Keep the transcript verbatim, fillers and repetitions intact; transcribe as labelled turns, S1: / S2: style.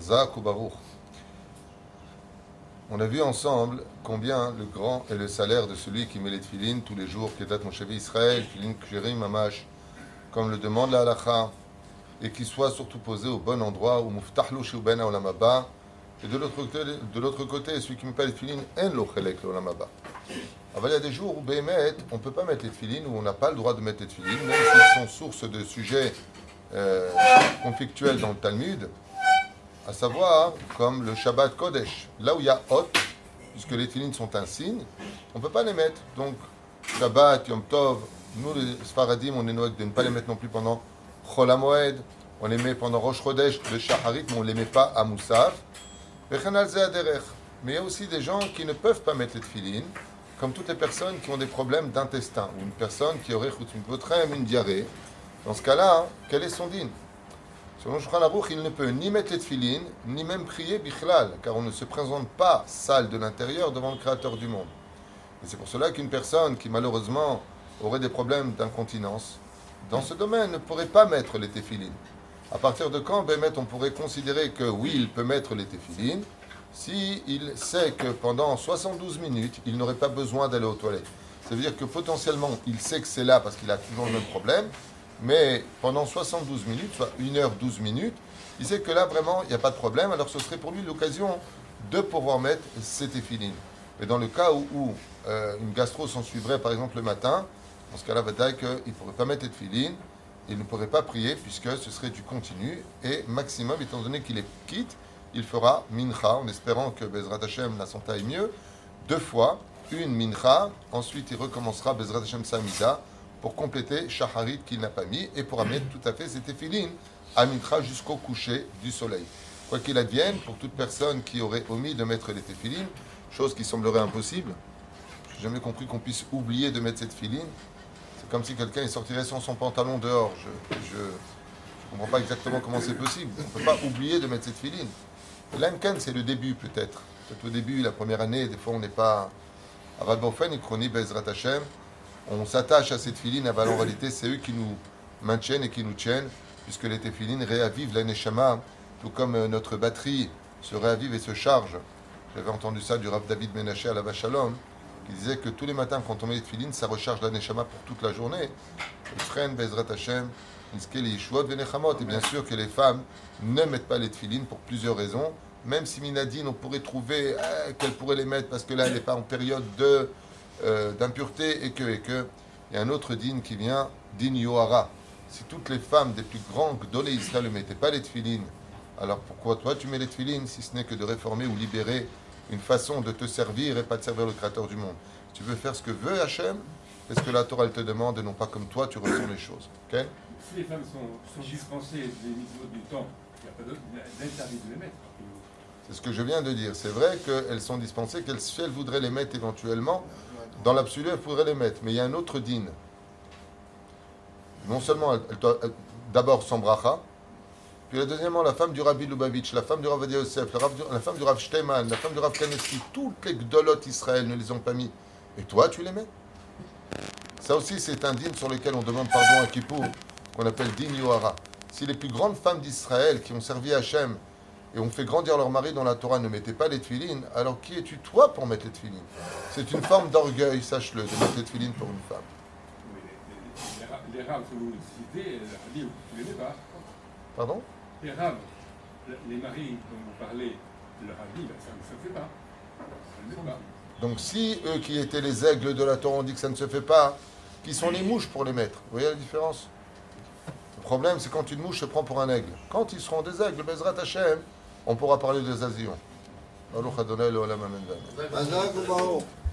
S1: Zak ou Baruch. On a vu ensemble combien le grand est le salaire de celui qui met les tefilines tous les jours, Kedat Moshe Israël, tefilin ksherim mamash, comme le demande la halacha, et qui soit surtout posé au bon endroit, où muftahlu sheuben haolam haba. Et de l'autre côté, de l'autre côté, celui qui met pas les tefilines, en lo chelek l'olam haba. Alors, il y a des jours où Béhémet, on ne peut pas mettre les tefilines, où on n'a pas le droit de mettre les tefilines, même s'ils sont source de sujets euh, conflictuels dans le Talmud, à savoir comme le Shabbat Kodesh. Là où il y a Hot, puisque les tefilines sont un signe, on ne peut pas les mettre. Donc, Shabbat, Yom Tov, nous les Sfaradim, on est noyés de ne pas les mettre non plus pendant Chol HaMoed, on les met pendant Rosh Chodesh, le Shacharit, mais on ne les met pas à Moussaf. Mais il y a aussi des gens qui ne peuvent pas mettre les tefilines, comme toutes les personnes qui ont des problèmes d'intestin, ou une personne qui aurait une diarrhée. Dans ce cas-là, quel est son din? Selon Shulchan Aruch, il ne peut ni mettre les tefilines, ni même prier bichlal, car on ne se présente pas sale de l'intérieur devant le Créateur du monde. Et c'est pour cela qu'une personne qui malheureusement aurait des problèmes d'incontinence, dans ce domaine, ne pourrait pas mettre les tefilines. À partir de quand, Bémet, on pourrait considérer que oui, il peut mettre les tefilines, si il sait que pendant soixante-douze minutes, il n'aurait pas besoin d'aller aux toilettes. Ça veut dire que potentiellement, il sait que c'est là parce qu'il a toujours le même problème, mais pendant soixante-douze minutes, soit une heure douze minutes, il sait que là, vraiment, il n'y a pas de problème, alors ce serait pour lui l'occasion de pouvoir mettre ses téphilines. Mais dans le cas où, où euh, une gastro s'en suivrait, par exemple, le matin, dans ce cas-là, va dire qu'il ne pourrait pas mettre les téphilines, il ne pourrait pas prier, puisque ce serait du continu, et maximum, étant donné qu'il est quitte, il fera mincha, en espérant que Bezrat Hashem, la santé aille mieux, deux fois, une mincha, ensuite il recommencera Bezrat Hashem Samida, pour compléter Shacharit qu'il n'a pas mis, et pour amener tout à fait ses téphilines à mincha jusqu'au coucher du soleil. Quoi qu'il advienne, pour toute personne qui aurait omis de mettre les téphilines, chose qui semblerait impossible, je n'ai jamais compris qu'on puisse oublier de mettre cette téphilines. C'est comme si quelqu'un sortirait sans son pantalon dehors. Je ne comprends pas exactement comment c'est possible. On ne peut pas oublier de mettre cette téphilines. L'Amken, c'est le début peut-être. Peut-être au début, la première année, des fois on n'est pas... Avad Bofen et Kroni Bezrat Hashem, on s'attache à ces téphilines, mais en réalité, c'est eux qui nous maintiennent et qui nous tiennent, puisque les téphilines réavivent la neshama, tout comme notre batterie se réavive et se charge. J'avais entendu ça du Rav David Menaché à la Vachalom, qui disait que tous les matins, quand on met les téphilines, ça recharge la neshama pour toute la journée. Fren Bezrat Hashem, et bien sûr que les femmes ne mettent pas les téphilines pour plusieurs raisons, même si Minadine, on pourrait trouver euh, qu'elle pourrait les mettre parce que là, elle n'est pas en période de, euh, d'impureté et que, et que. Il y a un autre din qui vient, din Yohara. Si toutes les femmes des plus grands Gdolé Israël ne mettaient pas les téphilines, alors pourquoi toi tu mets les téphilines si ce n'est que de réformer ou libérer une façon de te servir et pas de servir le Créateur du monde? Tu veux faire ce que veut Hachem, fais ce que la Torah elle te demande et non pas comme toi tu ressens les choses. Okay?
S2: Si les femmes sont, sont dispensées des mitzvot du temps, il n'y a pas d'interdit de les mettre.
S1: C'est ce que je viens de dire. C'est vrai qu'elles sont dispensées, qu'elles, si elles voudraient les mettre éventuellement, dans l'absolu, elles pourraient les mettre. Mais il y a un autre din. Non seulement, elle, elle doit, elle, d'abord sans bracha, puis la deuxièmement, la femme du Rabbi Lubavitch, la femme du Rav Ovadia Yosef, la, la femme du Rav Shteiman, la femme du Rav Kaneski, toutes les Gdolot Israël ne les ont pas mis. Et toi, tu les mets? Ça aussi, c'est un din sur lequel on demande pardon à Kippour, qu'on appelle din Yohara. Si les plus grandes femmes d'Israël qui ont servi Hachem et ont fait grandir leur mari dans la Torah ne mettaient pas les tefilines, alors qui es-tu toi pour mettre les tefilines? C'est une forme d'orgueil, sache-le, de mettre les tefilines pour une femme.
S2: Mais les, les, les raves que vous citez, vous ne les mettez pas.
S1: Pardon?
S2: Les raves, les maris dont vous parlez, le rabbi, ça ne se fait pas. Ça ne se fait pas.
S1: Donc si eux qui étaient les aigles de la Torah ont dit que ça ne se fait pas, qui sont les mouches pour les mettre? Vous voyez la différence? Le problème, c'est quand une mouche se prend pour un aigle. Quand ils seront des aigles, Bezrat Hashem, on pourra parler des Azillons.